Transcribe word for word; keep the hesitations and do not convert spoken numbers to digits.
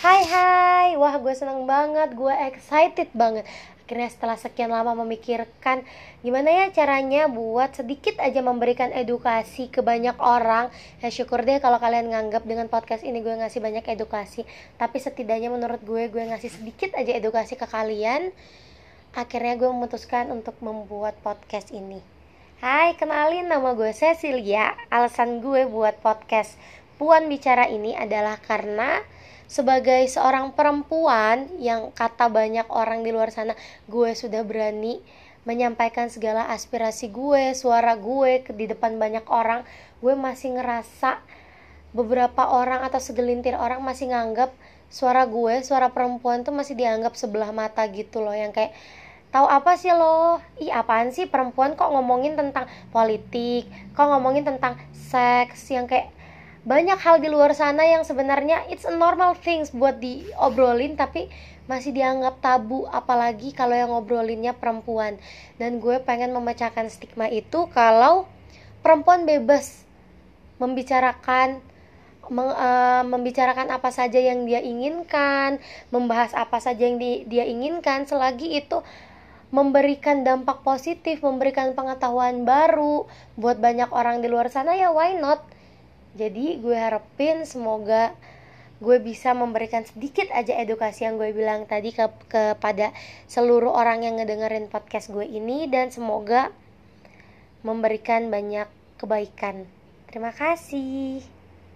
Hai hai, wah gue seneng banget, gue excited banget. Akhirnya setelah sekian lama memikirkan gimana ya caranya buat sedikit aja memberikan edukasi ke banyak orang. Ya syukur deh kalau kalian nganggap dengan podcast ini gue ngasih banyak edukasi. Tapi setidaknya menurut gue, gue ngasih sedikit aja edukasi ke kalian. Akhirnya gue memutuskan untuk membuat podcast ini. Hai, kenalin, nama gue Cecilia. Alasan gue buat podcast Puan Bicara ini adalah karena sebagai seorang perempuan yang kata banyak orang di luar sana, gue sudah berani menyampaikan segala aspirasi gue, suara gue di depan banyak orang. Gue masih ngerasa beberapa orang atau segelintir orang masih nganggap suara gue, suara perempuan tuh masih dianggap sebelah mata gitu loh. Yang kayak, tahu apa sih lo? Ih, apaan sih perempuan kok ngomongin tentang politik, kok ngomongin tentang seks, yang kayak banyak hal di luar sana yang sebenarnya it's a normal things buat diobrolin tapi masih dianggap tabu, apalagi kalau yang ngobrolinnya perempuan. Dan gue pengen memecahkan stigma itu kalau perempuan bebas membicarakan meng, uh, membicarakan apa saja yang dia inginkan, membahas apa saja yang di, dia inginkan selagi itu memberikan dampak positif, memberikan pengetahuan baru buat banyak orang di luar sana, ya why not? Jadi gue harapin semoga gue bisa memberikan sedikit aja edukasi yang gue bilang tadi ke, kepada seluruh orang yang ngedengerin podcast gue ini, dan semoga memberikan banyak kebaikan. Terima kasih.